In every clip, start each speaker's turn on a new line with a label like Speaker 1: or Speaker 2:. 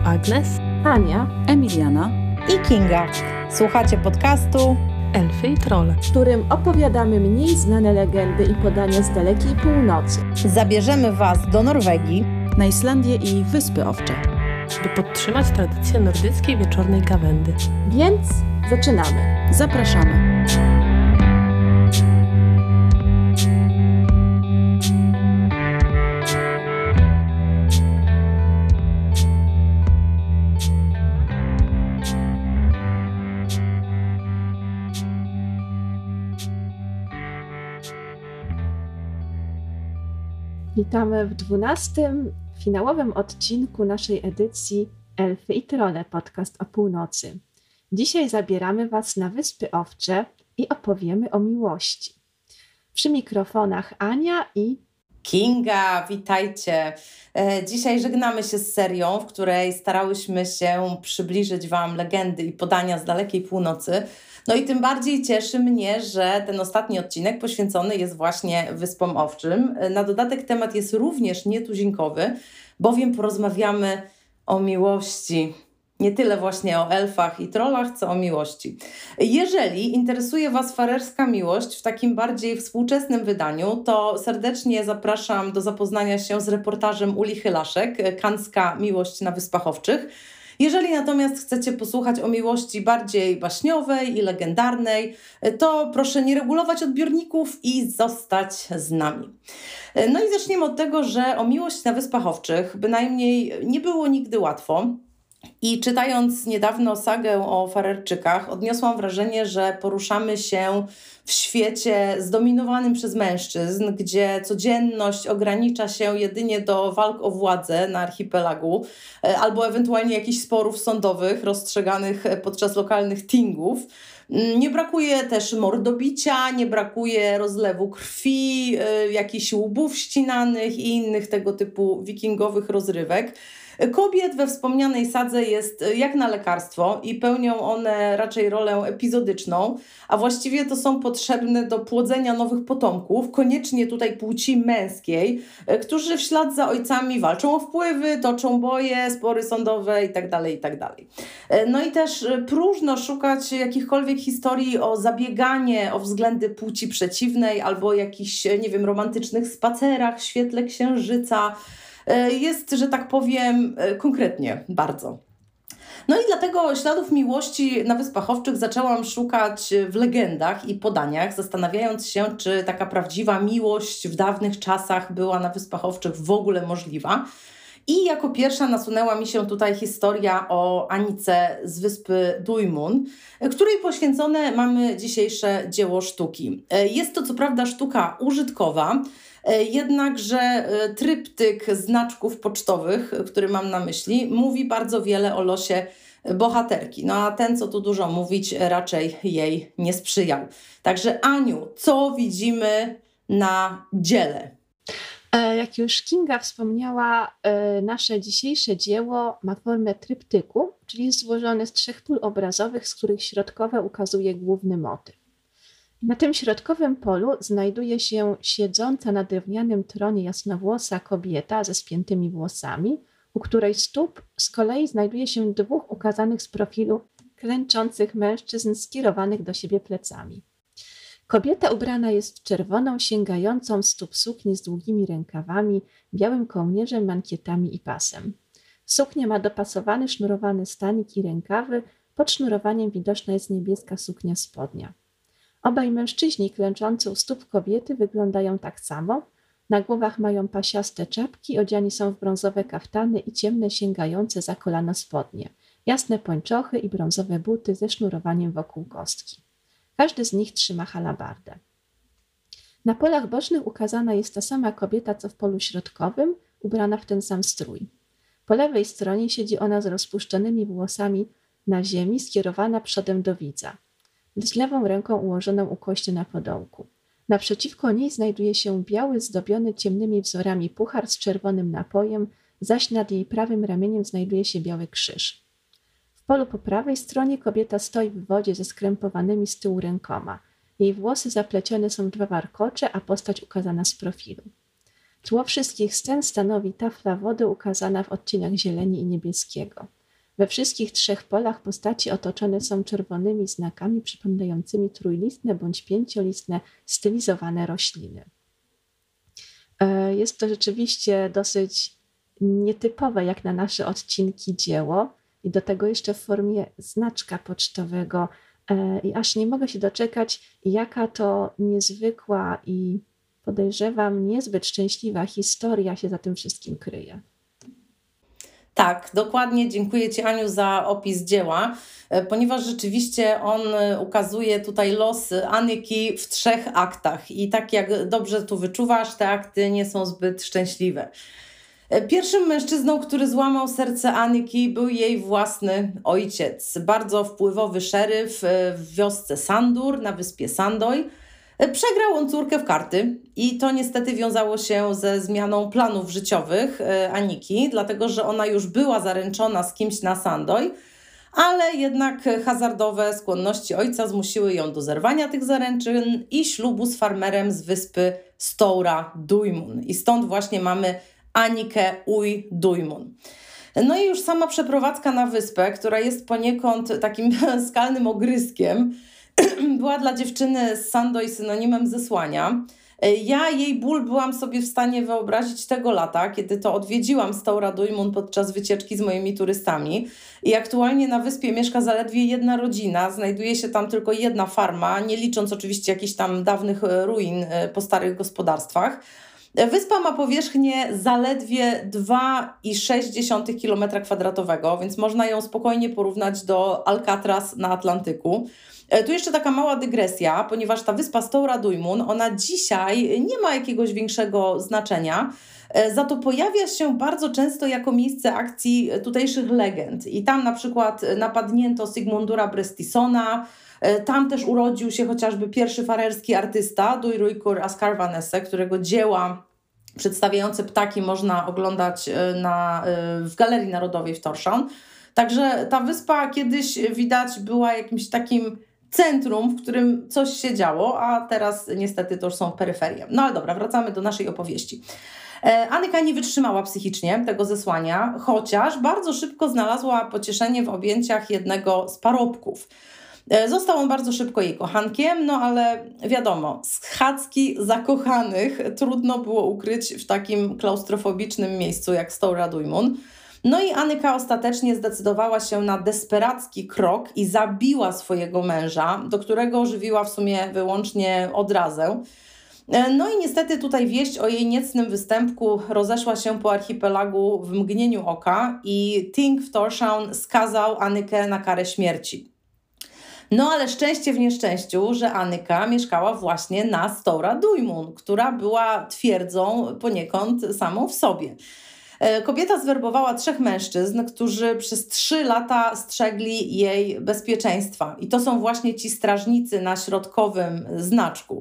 Speaker 1: Agnes,
Speaker 2: Ania,
Speaker 3: Emiliana
Speaker 4: i Kinga. Słuchacie podcastu
Speaker 1: Elfy i Trolle,
Speaker 2: w którym opowiadamy mniej znane legendy i podania z dalekiej północy.
Speaker 4: Zabierzemy Was do Norwegii,
Speaker 3: na Islandię i Wyspy Owcze,
Speaker 1: by podtrzymać tradycję nordyckiej wieczornej gawędy.
Speaker 2: Więc zaczynamy.
Speaker 3: Zapraszamy.
Speaker 2: Witamy w 12. finałowym odcinku naszej edycji Elfy i Trolle, podcast o północy. Dzisiaj zabieramy Was na Wyspy Owcze i opowiemy o miłości. Przy mikrofonach Ania i
Speaker 4: Kinga, witajcie. Dzisiaj żegnamy się z serią, w której starałyśmy się przybliżyć Wam legendy i podania z dalekiej północy. No i tym bardziej cieszy mnie, że ten ostatni odcinek poświęcony jest właśnie Wyspom Owczym. Na dodatek temat jest również nietuzinkowy, bowiem porozmawiamy o miłości. Nie tyle właśnie o elfach i trollach, co o miłości. Jeżeli interesuje Was farerska miłość w takim bardziej współczesnym wydaniu, to serdecznie zapraszam do zapoznania się z reportażem Uli Hylaszek, Kanska miłość na Wyspach Owczych. Jeżeli natomiast chcecie posłuchać o miłości bardziej baśniowej i legendarnej, to proszę nie regulować odbiorników i zostać z nami. No i zaczniemy od tego, że o miłość na Wyspach Owczych bynajmniej nie było nigdy łatwo. I czytając niedawno sagę o Farerczykach, odniosłam wrażenie, że poruszamy się w świecie zdominowanym przez mężczyzn, gdzie codzienność ogranicza się jedynie do walk o władzę na archipelagu albo ewentualnie jakichś sporów sądowych rozstrzyganych podczas lokalnych tingów. Nie brakuje też mordobicia, nie brakuje rozlewu krwi, jakichś łbów ścinanych i innych tego typu wikingowych rozrywek. Kobiet we wspomnianej sadze jest jak na lekarstwo i pełnią one raczej rolę epizodyczną, a właściwie to są potrzebne do płodzenia nowych potomków, koniecznie tutaj płci męskiej, którzy w ślad za ojcami walczą o wpływy, toczą boje, spory sądowe itd., itd. No i też próżno szukać jakichkolwiek historii o zabieganie o względy płci przeciwnej albo jakichś, nie wiem, romantycznych spacerach w świetle księżyca. Jest, że tak powiem, konkretnie bardzo. No i dlatego śladów miłości na Wyspach Owczych zaczęłam szukać w legendach i podaniach, zastanawiając się, czy taka prawdziwa miłość w dawnych czasach była na Wyspach Owczych w ogóle możliwa. I jako pierwsza nasunęła mi się tutaj historia o Anice z wyspy Dujmun, której poświęcone mamy dzisiejsze dzieło sztuki. Jest to co prawda sztuka użytkowa, jednakże tryptyk znaczków pocztowych, który mam na myśli, mówi bardzo wiele o losie bohaterki. No a ten, co tu dużo mówić, raczej jej nie sprzyjał. Także Aniu, co widzimy na dziele?
Speaker 2: Jak już Kinga wspomniała, nasze dzisiejsze dzieło ma formę tryptyku, czyli jest złożone z 3 pól obrazowych, z których środkowe ukazuje główny motyw. Na tym środkowym polu znajduje się siedząca na drewnianym tronie jasnowłosa kobieta ze spiętymi włosami, u której stóp z kolei znajduje się 2 ukazanych z profilu klęczących mężczyzn skierowanych do siebie plecami. Kobieta ubrana jest w czerwoną, sięgającą stóp suknię z długimi rękawami, białym kołnierzem, mankietami i pasem. Suknia ma dopasowany sznurowany stanik i rękawy, pod sznurowaniem widoczna jest niebieska suknia spodnia. Obaj mężczyźni klęczący u stóp kobiety wyglądają tak samo. Na głowach mają pasiaste czapki, odziani są w brązowe kaftany i ciemne, sięgające za kolana spodnie, jasne pończochy i brązowe buty ze sznurowaniem wokół kostki. Każdy z nich trzyma halabardę. Na polach bocznych ukazana jest ta sama kobieta, co w polu środkowym, ubrana w ten sam strój. Po lewej stronie siedzi ona z rozpuszczonymi włosami na ziemi, skierowana przodem do widza, z lewą ręką ułożoną u kości na podołku. Naprzeciwko niej znajduje się biały, zdobiony ciemnymi wzorami puchar z czerwonym napojem, zaś nad jej prawym ramieniem znajduje się biały krzyż. W polu po prawej stronie kobieta stoi w wodzie ze skrępowanymi z tyłu rękoma. Jej włosy zaplecione są w 2 warkocze, a postać ukazana z profilu. Tło wszystkich scen stanowi tafla wody ukazana w odcieniach zieleni i niebieskiego. We wszystkich 3 polach postaci otoczone są czerwonymi znakami przypominającymi trójlistne bądź 5-listne stylizowane rośliny. Jest to rzeczywiście dosyć nietypowe jak na nasze odcinki dzieło i do tego jeszcze w formie znaczka pocztowego. I aż nie mogę się doczekać, jaka to niezwykła i podejrzewam niezbyt szczęśliwa historia się za tym wszystkim kryje.
Speaker 4: Tak, dokładnie. Dziękuję Ci, Aniu, za opis dzieła, ponieważ rzeczywiście on ukazuje tutaj los Anyki w 3 aktach i tak jak dobrze tu wyczuwasz, te akty nie są zbyt szczęśliwe. Pierwszym mężczyzną, który złamał serce Anyki, był jej własny ojciec, bardzo wpływowy szeryf w wiosce Sandur na wyspie Sandoj. Przegrał on córkę w karty i to niestety wiązało się ze zmianą planów życiowych Aniki, dlatego że ona już była zaręczona z kimś na Sandoj, ale jednak hazardowe skłonności ojca zmusiły ją do zerwania tych zaręczyn i ślubu z farmerem z wyspy Stora Dujmun. I stąd właśnie mamy Anikę Uj Dujmun. No i już sama przeprowadzka na wyspę, która jest poniekąd takim skalnym ogryskiem, była dla dziewczyny z Sandoj synonimem zesłania. Ja jej ból byłam sobie w stanie wyobrazić tego lata, kiedy to odwiedziłam Stora Dujmun podczas wycieczki z moimi turystami. I aktualnie na wyspie mieszka zaledwie 1 rodzina, znajduje się tam tylko 1 farma, nie licząc oczywiście jakichś tam dawnych ruin po starych gospodarstwach. Wyspa ma powierzchnię zaledwie 2,6 km², więc można ją spokojnie porównać do Alcatraz na Atlantyku. Tu jeszcze taka mała dygresja, ponieważ ta wyspa Stora Dujmun, ona dzisiaj nie ma jakiegoś większego znaczenia, za to pojawia się bardzo często jako miejsce akcji tutejszych legend. I tam na przykład napadnięto Sigmundura Brestisona, tam też urodził się chociażby pierwszy farerski artysta, Dujruikur Askarvanese, którego dzieła przedstawiające ptaki można oglądać w Galerii Narodowej w Tórshavn. Także ta wyspa kiedyś widać była jakimś takim centrum, w którym coś się działo, a teraz niestety to już są peryferie. No ale dobra, wracamy do naszej opowieści. Anyka nie wytrzymała psychicznie tego zesłania, chociaż bardzo szybko znalazła pocieszenie w objęciach jednego z parobków. Został on bardzo szybko jej kochankiem, no ale wiadomo, schadzki zakochanych trudno było ukryć w takim klaustrofobicznym miejscu jak Stora Dujmun. No i Anyka ostatecznie zdecydowała się na desperacki krok i zabiła swojego męża, do którego żywiła w sumie wyłącznie odrazę. No i niestety tutaj wieść o jej niecnym występku rozeszła się po archipelagu w mgnieniu oka i Ting w Tórshavn skazał Anykę na karę śmierci. No ale szczęście w nieszczęściu, że Anyka mieszkała właśnie na Stora Dujmun, która była twierdzą poniekąd samą w sobie. Kobieta zwerbowała 3 mężczyzn, którzy przez 3 lata strzegli jej bezpieczeństwa. I to są właśnie ci strażnicy na środkowym znaczku.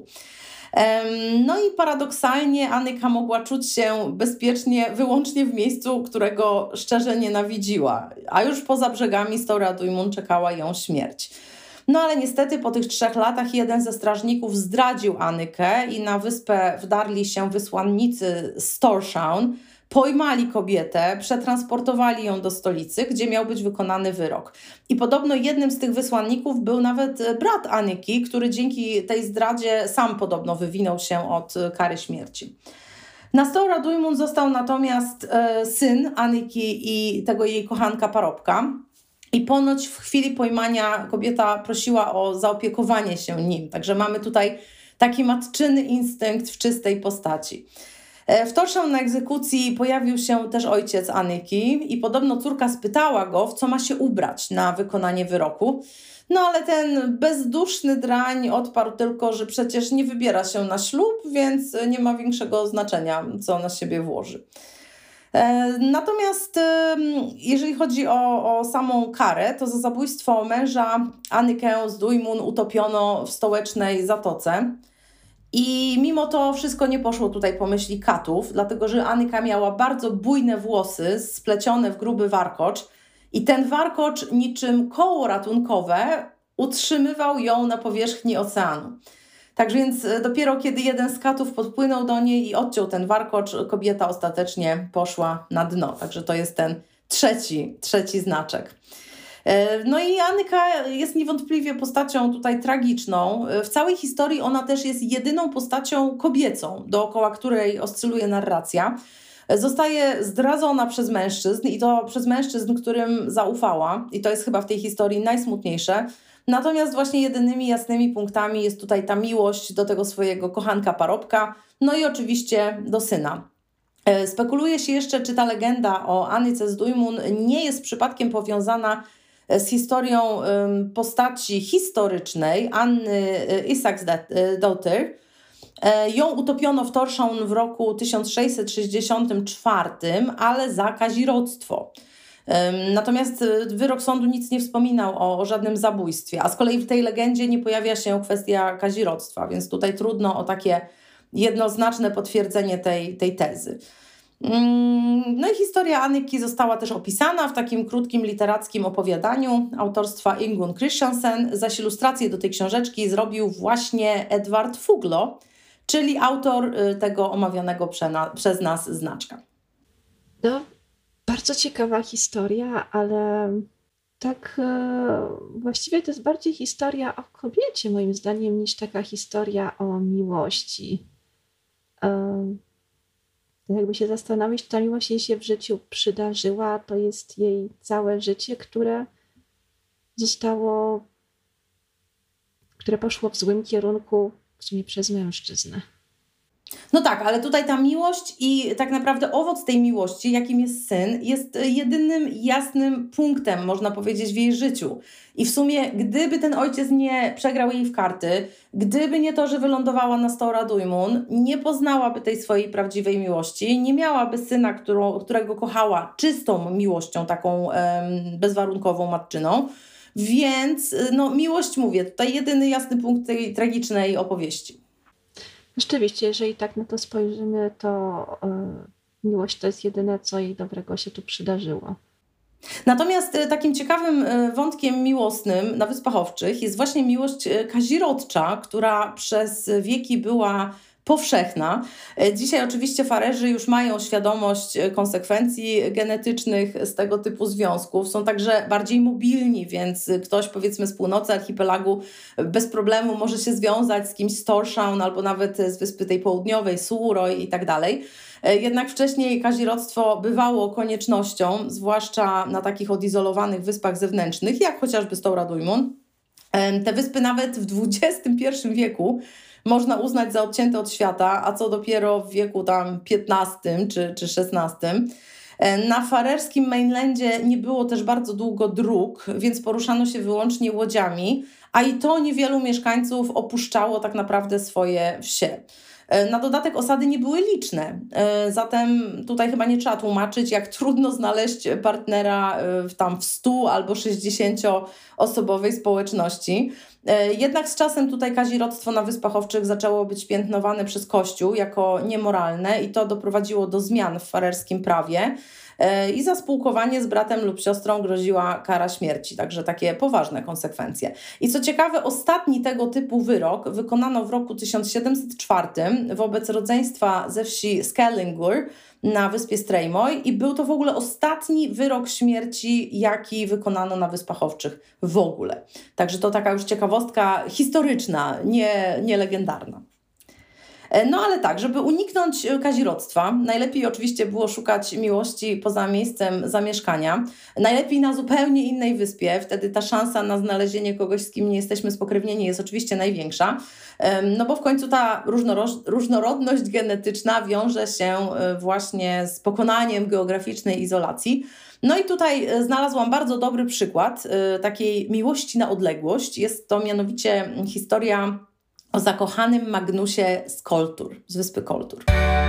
Speaker 4: No i paradoksalnie Anyka mogła czuć się bezpiecznie wyłącznie w miejscu, którego szczerze nienawidziła, a już poza brzegami Stora Dujmun czekała ją śmierć. No ale niestety po tych 3 latach jeden ze strażników zdradził Anykę i na wyspę wdarli się wysłannicy z Tórshavn, pojmali kobietę, przetransportowali ją do stolicy, gdzie miał być wykonany wyrok. I podobno jednym z tych wysłanników był nawet brat Anyki, który dzięki tej zdradzie sam podobno wywinął się od kary śmierci. Na Stora Dujmun został natomiast syn Anyki i tego jej kochanka parobka. I ponoć w chwili pojmania kobieta prosiła o zaopiekowanie się nim. Także mamy tutaj taki matczyny instynkt w czystej postaci. W Tórshavn na egzekucji pojawił się też ojciec Anyki i podobno córka spytała go, w co ma się ubrać na wykonanie wyroku. No ale ten bezduszny drań odparł tylko, że przecież nie wybiera się na ślub, więc nie ma większego znaczenia, co na siebie włoży. Natomiast jeżeli chodzi o samą karę, to za zabójstwo męża Anykę z Dujmun utopiono w stołecznej zatoce. I mimo to wszystko nie poszło tutaj po myśli katów, dlatego że Anyka miała bardzo bujne włosy splecione w gruby warkocz i ten warkocz niczym koło ratunkowe utrzymywał ją na powierzchni oceanu. Tak więc dopiero kiedy jeden z katów podpłynął do niej i odciął ten warkocz, kobieta ostatecznie poszła na dno. Także to jest ten trzeci znaczek. No i Anyka jest niewątpliwie postacią tutaj tragiczną. W całej historii ona też jest jedyną postacią kobiecą, dookoła której oscyluje narracja. Zostaje zdradzona przez mężczyzn i to przez mężczyzn, którym zaufała. I to jest chyba w tej historii najsmutniejsze. Natomiast właśnie jedynymi jasnymi punktami jest tutaj ta miłość do tego swojego kochanka parobka, no i oczywiście do syna. Spekuluje się jeszcze, czy ta legenda o Anyce z Dujmun nie jest przypadkiem powiązana z historią postaci historycznej Anny Isaksdottir. Ją utopiono w Tórshavn w roku 1664, ale za kazirodztwo. Natomiast wyrok sądu nic nie wspominał o żadnym zabójstwie, a z kolei w tej legendzie nie pojawia się kwestia kazirodztwa, więc tutaj trudno o takie jednoznaczne potwierdzenie tej tezy. No i historia Anyki została też opisana w takim krótkim literackim opowiadaniu autorstwa Ingunn Christiansen. Zaś ilustrację do tej książeczki zrobił właśnie Edward Fuglo, czyli autor tego omawianego przez nas znaczka.
Speaker 2: No, bardzo ciekawa historia, ale tak właściwie to jest bardziej historia o kobiecie, moim zdaniem, niż taka historia o miłości. Jakby się zastanowić, ta miłość jej się w życiu przydarzyła, to jest jej całe życie, które poszło w złym kierunku w sumie przez mężczyznę.
Speaker 4: No tak, ale tutaj ta miłość i tak naprawdę owoc tej miłości, jakim jest syn, jest jedynym jasnym punktem, można powiedzieć, w jej życiu. I w sumie, gdyby ten ojciec nie przegrał jej w karty, gdyby nie to, że wylądowała na Stora Dujmun, nie poznałaby tej swojej prawdziwej miłości, nie miałaby syna, którego kochała czystą miłością, taką bezwarunkową matczyną. Więc no, miłość, mówię, tutaj jedyny jasny punkt tej tragicznej opowieści.
Speaker 2: Rzeczywiście, jeżeli tak na to spojrzymy, to miłość to jest jedyne, co jej dobrego się tu przydarzyło.
Speaker 4: Natomiast takim ciekawym wątkiem miłosnym na Wyspach Owczych jest właśnie miłość kazirodcza, która przez wieki była powszechna. Dzisiaj oczywiście farerzy już mają świadomość konsekwencji genetycznych z tego typu związków. Są także bardziej mobilni, więc ktoś, powiedzmy, z północy archipelagu bez problemu może się związać z kimś z Tórshavn albo nawet z wyspy tej południowej, Suðuroy i tak dalej. Jednak wcześniej kazirodztwo bywało koniecznością, zwłaszcza na takich odizolowanych wyspach zewnętrznych, jak chociażby Stora Dujmun. Te wyspy nawet w XXI wieku można uznać za odcięte od świata, a co dopiero w wieku tam XV czy XVI. Na farerskim mainlandzie nie było też bardzo długo dróg, więc poruszano się wyłącznie łodziami, a i to niewielu mieszkańców opuszczało tak naprawdę swoje wsie. Na dodatek osady nie były liczne, zatem tutaj chyba nie trzeba tłumaczyć, jak trudno znaleźć partnera w 100 albo 60-osobowej społeczności. Jednak z czasem tutaj kazirodztwo na Wyspach Owczych zaczęło być piętnowane przez Kościół jako niemoralne i to doprowadziło do zmian w farerskim prawie. I za spółkowanie z bratem lub siostrą groziła kara śmierci, także takie poważne konsekwencje. I co ciekawe, ostatni tego typu wyrok wykonano w roku 1704 wobec rodzeństwa ze wsi Skellingur na wyspie Streymoy i był to w ogóle ostatni wyrok śmierci, jaki wykonano na Wyspach Owczych w ogóle. Także to taka już ciekawostka historyczna, nie legendarna. No ale tak, żeby uniknąć kazirodztwa, najlepiej oczywiście było szukać miłości poza miejscem zamieszkania. Najlepiej na zupełnie innej wyspie, wtedy ta szansa na znalezienie kogoś, z kim nie jesteśmy spokrewnieni, jest oczywiście największa. No bo w końcu ta różnorodność genetyczna wiąże się właśnie z pokonaniem geograficznej izolacji. No i tutaj znalazłam bardzo dobry przykład takiej miłości na odległość. Jest to mianowicie historia o zakochanym Magnusie z Koltur, z wyspy Koltur.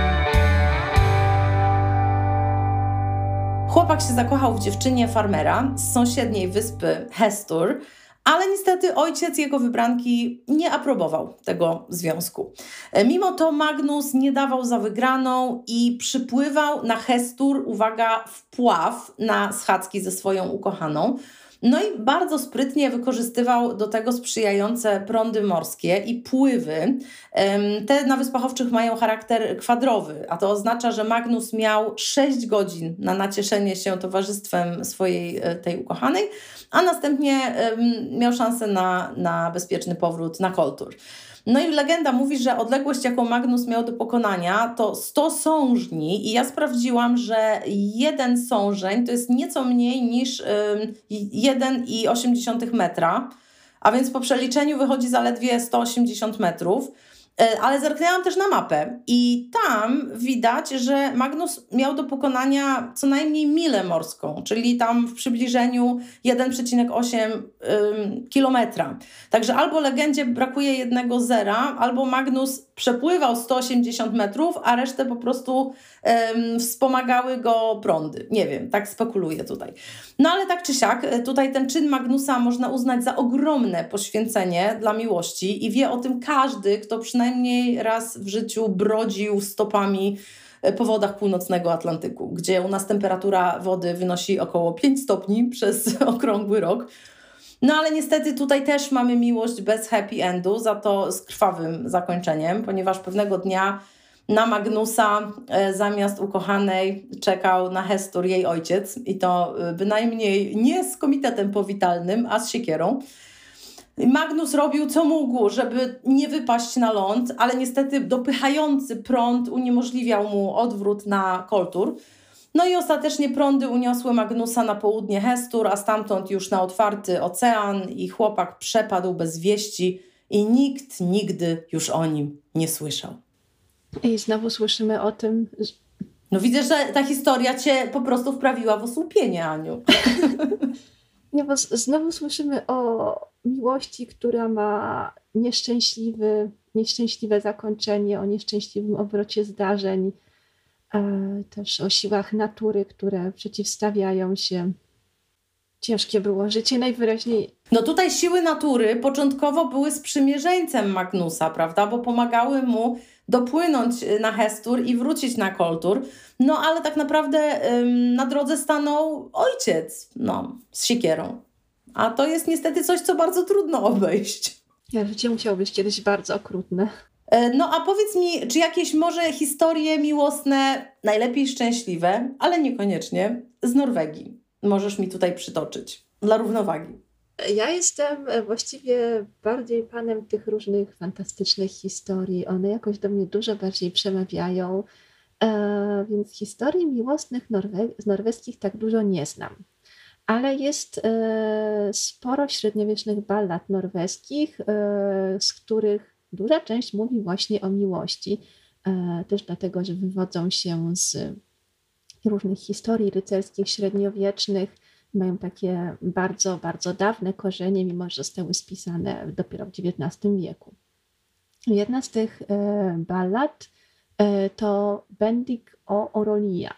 Speaker 4: Chłopak się zakochał w dziewczynie farmera z sąsiedniej wyspy Hestur, ale niestety ojciec jego wybranki nie aprobował tego związku. Mimo to Magnus nie dawał za wygraną i przypływał na Hestur, uwaga, wpław na schadzki ze swoją ukochaną. No i bardzo sprytnie wykorzystywał do tego sprzyjające prądy morskie i pływy. Te na Wyspach Owczych mają charakter kwadrowy, a to oznacza, że Magnus miał 6 godzin na nacieszenie się towarzystwem swojej tej ukochanej, a następnie miał szansę na bezpieczny powrót na Koltur. No i legenda mówi, że odległość, jaką Magnus miał do pokonania, to 100 sążni i ja sprawdziłam, że jeden sążeń to jest nieco mniej niż 1,8 metra, a więc po przeliczeniu wychodzi zaledwie 180 metrów. Ale zerknęłam też na mapę i tam widać, że Magnus miał do pokonania co najmniej milę morską, czyli tam w przybliżeniu 1,8 kilometra. Także albo legendzie brakuje jednego zera, albo Magnus przepływał 180 metrów, a resztę po prostu wspomagały go prądy. Nie wiem, tak spekuluję tutaj. No ale tak czy siak, tutaj ten czyn Magnusa można uznać za ogromne poświęcenie dla miłości i wie o tym każdy, kto przynajmniej raz w życiu brodził stopami po wodach północnego Atlantyku, gdzie u nas temperatura wody wynosi około 5 stopni przez okrągły rok. No ale niestety tutaj też mamy miłość bez happy endu, za to z krwawym zakończeniem, ponieważ pewnego dnia na Magnusa zamiast ukochanej czekał na Hestur jej ojciec i to bynajmniej nie z komitetem powitalnym, a z siekierą. Magnus robił co mógł, żeby nie wypaść na ląd, ale niestety dopychający prąd uniemożliwiał mu odwrót na Koltur. No i ostatecznie prądy uniosły Magnusa na południe Hestur, a stamtąd już na otwarty ocean i chłopak przepadł bez wieści i nikt nigdy już o nim nie słyszał.
Speaker 2: I znowu słyszymy o tym...
Speaker 4: No widzę, że ta historia cię po prostu wprawiła w osłupienie, Aniu.
Speaker 2: Nie, bo znowu słyszymy o miłości, która ma nieszczęśliwe zakończenie, o nieszczęśliwym obrocie zdarzeń, też o siłach natury, które przeciwstawiają się. Ciężkie było życie najwyraźniej.
Speaker 4: No tutaj siły natury początkowo były sprzymierzeńcem Magnusa, prawda, bo pomagały mu dopłynąć na Hestur i wrócić na Koltur. No ale tak naprawdę na drodze stanął ojciec, z siekierą. A to jest niestety coś, co bardzo trudno obejść.
Speaker 2: Życie musiało być kiedyś bardzo okrutne.
Speaker 4: No a powiedz mi, czy jakieś może historie miłosne, najlepiej szczęśliwe, ale niekoniecznie, z Norwegii możesz mi tutaj przytoczyć dla równowagi?
Speaker 2: Ja jestem właściwie bardziej panem tych różnych fantastycznych historii. One jakoś do mnie dużo bardziej przemawiają, więc historii miłosnych norweskich tak dużo nie znam. Ale jest sporo średniowiecznych ballad norweskich, z których duża część mówi właśnie o miłości. Też dlatego, że wywodzą się z różnych historii rycerskich średniowiecznych. Mają takie bardzo, bardzo dawne korzenie, mimo że zostały spisane dopiero w XIX wieku. Jedna z tych ballad to Bendik o Orolija,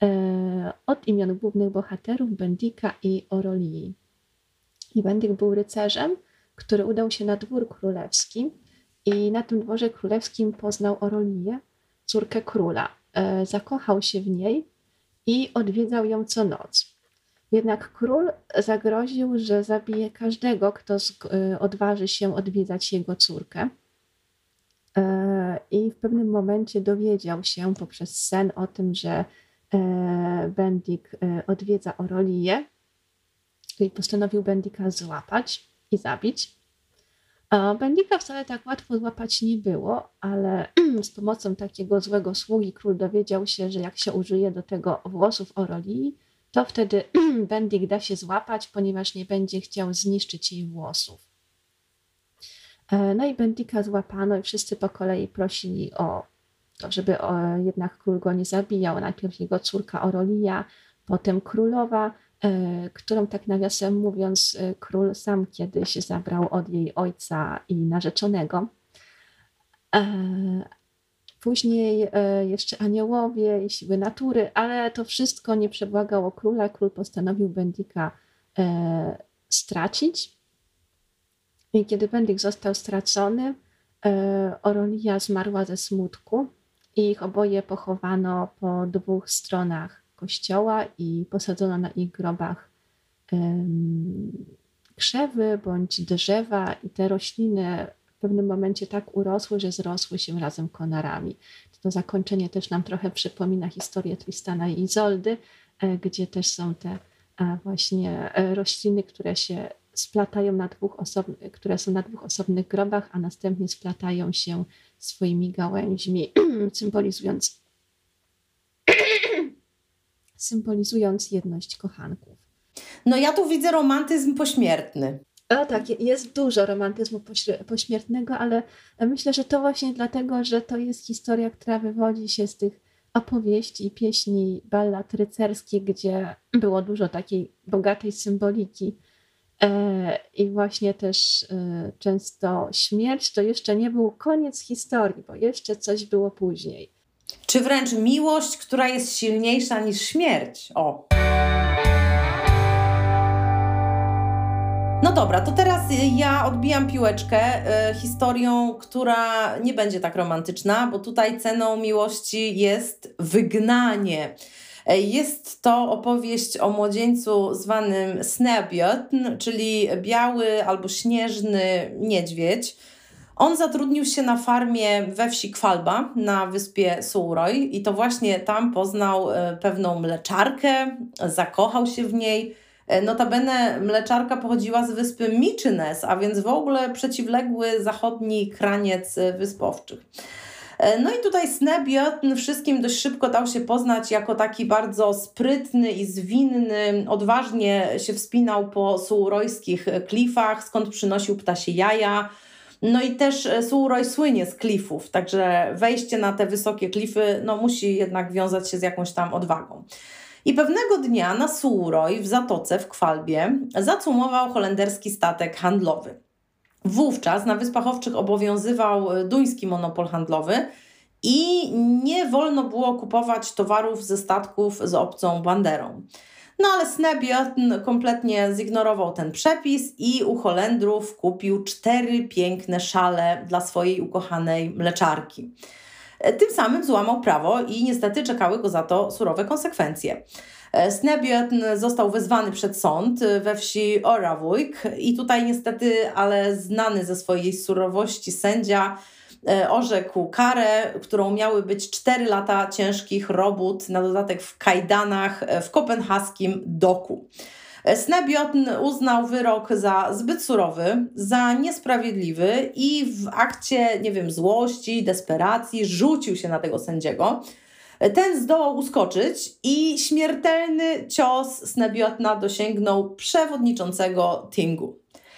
Speaker 2: od imion głównych bohaterów Bendika i Orolii. I Bendik był rycerzem, który udał się na dwór królewski i na tym dworze królewskim poznał Oroliję, córkę króla. Zakochał się w niej i odwiedzał ją co noc. Jednak król zagroził, że zabije każdego, kto odważy się odwiedzać jego córkę. I w pewnym momencie dowiedział się poprzez sen o tym, że Bendik odwiedza Oroliję i postanowił Bendika złapać i zabić. Bendika wcale tak łatwo złapać nie było, ale z pomocą takiego złego sługi król dowiedział się, że jak się użyje do tego włosów Orolii, to wtedy Bendik da się złapać, ponieważ nie będzie chciał zniszczyć jej włosów. No i Bendika złapano i wszyscy po kolei prosili o to, żeby jednak król go nie zabijał. Najpierw jego córka Orolija, potem królowa, którą tak nawiasem mówiąc król sam kiedyś zabrał od jej ojca i narzeczonego. Później jeszcze aniołowie i siły natury, ale to wszystko nie przebłagało króla. Król postanowił Bendika stracić. I kiedy Bendik został stracony, Orolija zmarła ze smutku i ich oboje pochowano po 2 stronach kościoła i posadzono na ich grobach krzewy bądź drzewa i te rośliny w pewnym momencie tak urosły, że zrosły się razem konarami. To zakończenie też nam trochę przypomina historię Tristana i Izoldy, gdzie też są te właśnie rośliny, które się splatają które są na dwóch osobnych grobach, a następnie splatają się swoimi gałęźmi, symbolizując jedność kochanków.
Speaker 4: No ja tu widzę romantyzm pośmiertny.
Speaker 2: O tak, jest dużo romantyzmu pośmiertnego, ale myślę, że to właśnie dlatego, że to jest historia, która wywodzi się z tych opowieści i pieśni ballad rycerskich, gdzie było dużo takiej bogatej symboliki. I właśnie też często śmierć to jeszcze nie był koniec historii, bo jeszcze coś było później.
Speaker 4: Czy wręcz miłość, która jest silniejsza niż śmierć. O. No dobra, to teraz ja odbijam piłeczkę historią, która nie będzie tak romantyczna, bo tutaj ceną miłości jest wygnanie. Jest to opowieść o młodzieńcu zwanym Snæbjørn, czyli biały albo śnieżny niedźwiedź. On zatrudnił się na farmie we wsi Hvalba na wyspie Suðuroy i to właśnie tam poznał pewną mleczarkę, zakochał się w niej. Notabene mleczarka pochodziła z wyspy Mykines, a więc w ogóle przeciwległy zachodni kraniec Wysp Owczych. No i tutaj Snæbjørn wszystkim dość szybko dał się poznać jako taki bardzo sprytny i zwinny, odważnie się wspinał po sułurojskich klifach, skąd przynosił ptasie jaja. No i też Suðuroy słynie z klifów, także wejście na te wysokie klify musi jednak wiązać się z jakąś tam odwagą. I pewnego dnia na Suðuroy w zatoce w Hvalbie zacumował holenderski statek handlowy. Wówczas na Wyspach Owczych obowiązywał duński monopol handlowy i nie wolno było kupować towarów ze statków z obcą banderą. No ale Snæbjørn kompletnie zignorował ten przepis i u Holendrów kupił 4 piękne szale dla swojej ukochanej mleczarki. Tym samym złamał prawo i niestety czekały go za to surowe konsekwencje. Snæbjørn został wezwany przed sąd we wsi Oravujk i tutaj niestety, ale znany ze swojej surowości sędzia orzekł karę, którą miały być 4 lata ciężkich robót, na dodatek w kajdanach w kopenhaskim doku. Snæbjørn uznał wyrok za zbyt surowy, za niesprawiedliwy i w akcie, złości, desperacji rzucił się na tego sędziego. Ten zdołał uskoczyć i śmiertelny cios Snæbjørna dosięgnął przewodniczącego Tingu.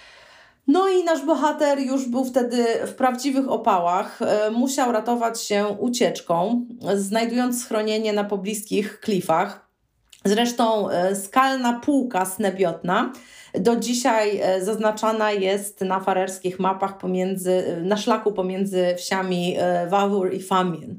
Speaker 4: No i nasz bohater już był wtedy w prawdziwych opałach. Musiał ratować się ucieczką, znajdując schronienie na pobliskich klifach. Zresztą skalna półka Snæbjørna do dzisiaj zaznaczana jest na farerskich mapach na szlaku pomiędzy wsiami Vágur i Fámjin.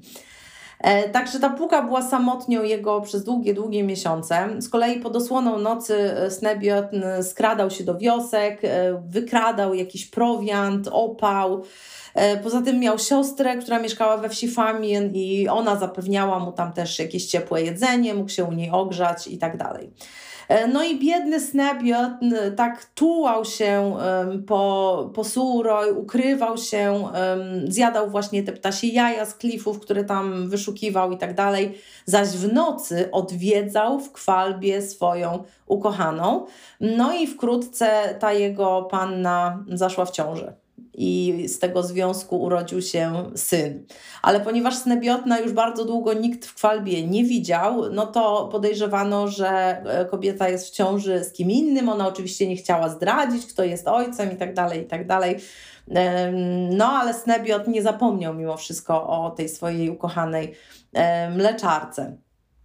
Speaker 4: Także ta półka była samotnią jego przez długie miesiące. Z kolei pod osłoną nocy Snæbjørn skradał się do wiosek, wykradał jakiś prowiant, opał. Poza tym miał siostrę, która mieszkała we wsi Fámjin i ona zapewniała mu tam też jakieś ciepłe jedzenie, mógł się u niej ogrzać i tak dalej. No i biedny Snæbjørn tak tułał się po Suðuroy, ukrywał się, zjadał właśnie te ptasie jaja z klifów, które tam wyszukiwał i tak dalej, zaś w nocy odwiedzał w Hvalbie swoją ukochaną. No i wkrótce ta jego panna zaszła w ciążę. I z tego związku urodził się syn. Ale ponieważ Snæbjørna już bardzo długo nikt w Hvalbie nie widział, no to podejrzewano, że kobieta jest w ciąży z kim innym. Ona oczywiście nie chciała zdradzić, kto jest ojcem i tak dalej, i tak dalej. No ale Snæbjørn nie zapomniał mimo wszystko o tej swojej ukochanej mleczarce.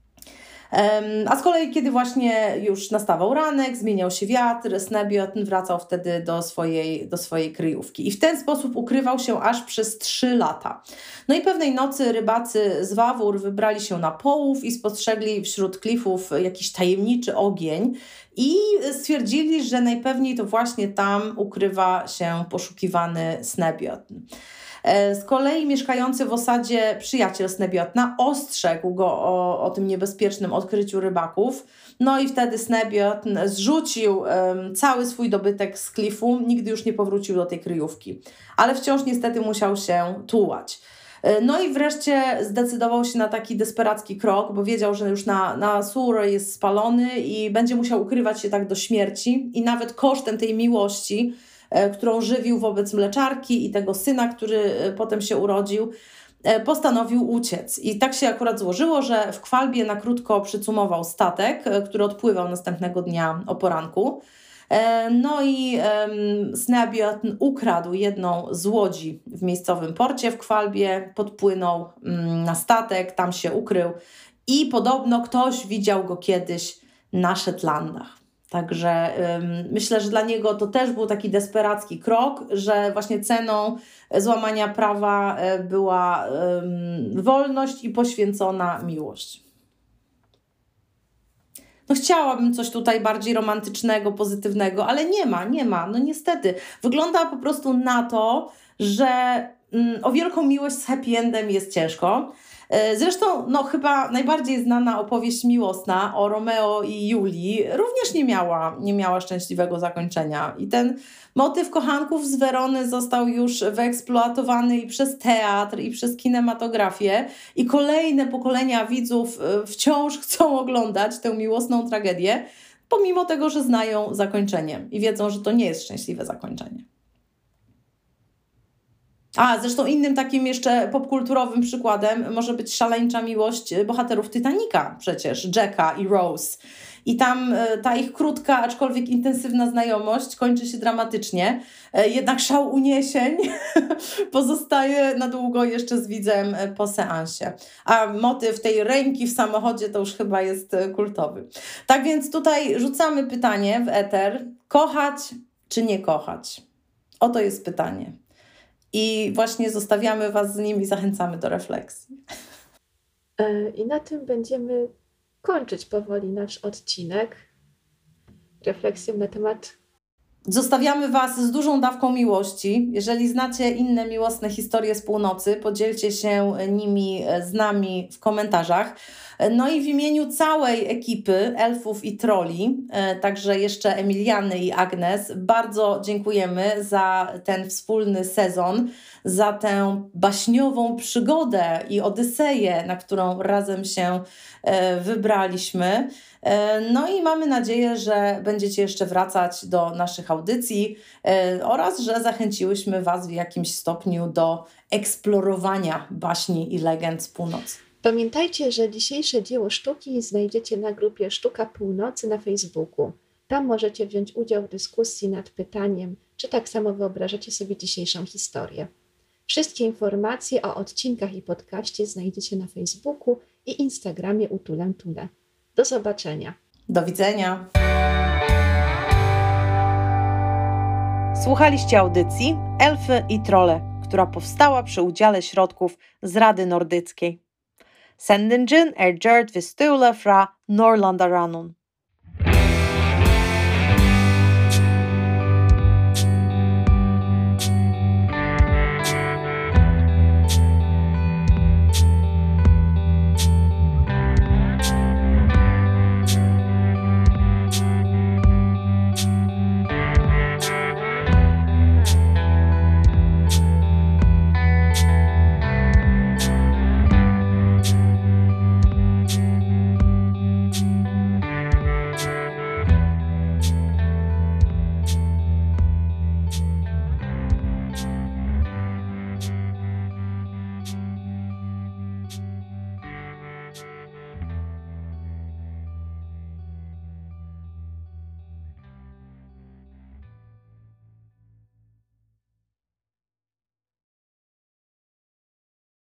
Speaker 4: A z kolei, kiedy właśnie już nastawał ranek, zmieniał się wiatr, Snæbjørn wracał wtedy do swojej kryjówki i w ten sposób ukrywał się aż przez 3 lata. No i pewnej nocy rybacy z Vágur wybrali się na połów i spostrzegli wśród klifów jakiś tajemniczy ogień i stwierdzili, że najpewniej to właśnie tam ukrywa się poszukiwany Snæbjørn. Z kolei mieszkający w osadzie przyjaciel Snebiotna ostrzegł go o tym niebezpiecznym odkryciu rybaków. No i wtedy Snebiotn zrzucił cały swój dobytek z klifu, nigdy już nie powrócił do tej kryjówki. Ale wciąż niestety musiał się tułać. No i wreszcie zdecydował się na taki desperacki krok, bo wiedział, że już na Surrey jest spalony i będzie musiał ukrywać się tak do śmierci i nawet kosztem tej miłości, którą żywił wobec mleczarki i tego syna, który potem się urodził, postanowił uciec. I tak się akurat złożyło, że w Kwalbie na krótko przycumował statek, który odpływał następnego dnia o poranku. No i Snebiotn ukradł jedną z łodzi w miejscowym porcie w Kwalbie, podpłynął na statek, tam się ukrył i podobno ktoś widział go kiedyś na Szetlandach. Także myślę, że dla niego to też był taki desperacki krok, że właśnie ceną złamania prawa była wolność i poświęcona miłość. No chciałabym coś tutaj bardziej romantycznego, pozytywnego, ale nie ma. No niestety. Wygląda po prostu na to, że o wielką miłość z happy endem jest ciężko. Zresztą chyba najbardziej znana opowieść miłosna o Romeo i Julii również nie miała szczęśliwego zakończenia. I ten motyw kochanków z Werony został już wyeksploatowany i przez teatr, i przez kinematografię. I kolejne pokolenia widzów wciąż chcą oglądać tę miłosną tragedię, pomimo tego, że znają zakończenie i wiedzą, że to nie jest szczęśliwe zakończenie. Zresztą innym takim jeszcze popkulturowym przykładem może być szaleńcza miłość bohaterów Titanica przecież, Jacka i Rose. I tam ta ich krótka, aczkolwiek intensywna znajomość kończy się dramatycznie. Jednak szał uniesień pozostaje na długo jeszcze z widzem po seansie. A motyw tej ręki w samochodzie to już chyba jest kultowy. Tak więc tutaj rzucamy pytanie w eter. Kochać czy nie kochać? Oto jest pytanie. I właśnie zostawiamy Was z nim i zachęcamy do refleksji.
Speaker 2: I na tym będziemy kończyć powoli nasz odcinek. Refleksją na temat...
Speaker 4: Zostawiamy Was z dużą dawką miłości. Jeżeli znacie inne miłosne historie z północy, podzielcie się nimi z nami w komentarzach. No i w imieniu całej ekipy elfów i troli, także jeszcze Emiliany i Agnes, bardzo dziękujemy za ten wspólny sezon, za tę baśniową przygodę i odyseję, na którą razem się wybraliśmy. No i mamy nadzieję, że będziecie jeszcze wracać do naszych audycji oraz, że zachęciłyśmy Was w jakimś stopniu do eksplorowania baśni i legend z północy.
Speaker 2: Pamiętajcie, że dzisiejsze dzieło sztuki znajdziecie na grupie Sztuka Północy na Facebooku. Tam możecie wziąć udział w dyskusji nad pytaniem, czy tak samo wyobrażacie sobie dzisiejszą historię. Wszystkie informacje o odcinkach i podcaście znajdziecie na Facebooku i Instagramie Utulę Tule. Do zobaczenia.
Speaker 4: Do widzenia. Słuchaliście audycji Elfy i Trolle, która powstała przy udziale środków z Rady Nordyckiej. Sändningen är gjord vid Stula fra Norlandarannon.